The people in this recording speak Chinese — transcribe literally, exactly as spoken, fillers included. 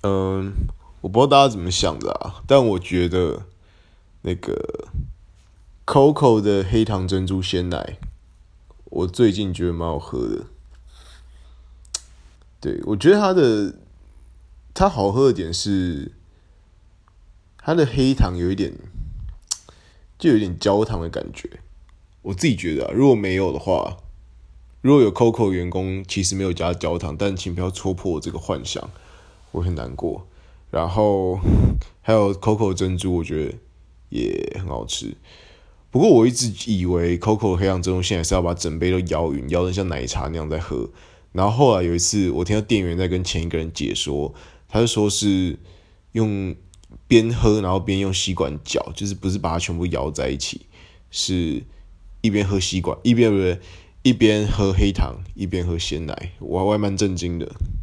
嗯，我不知道大家怎么想的啊，但我觉得那个 Coco 的黑糖珍珠鲜奶，我最近觉得蛮好喝的。对，我觉得它的它好喝的点是它的黑糖有一点，就有点焦糖的感觉。我自己觉得啊，如果没有的话，如果有 Coco 员工其实没有加焦糖，但请不要戳破我这个幻想，我很难过。然后还有 Coco 珍珠，我觉得也很好吃。不过我一直以为 Coco 黑糖珍珠现在是要把整杯都摇匀，摇得像奶茶那样在喝。然后后来有一次，我听到店员在跟前一个人解说，他就说是用边喝然后边用吸管搅，就是不是把它全部摇在一起，是一边喝吸管一边不是一边喝黑糖一边喝鲜奶，我还蛮震惊的。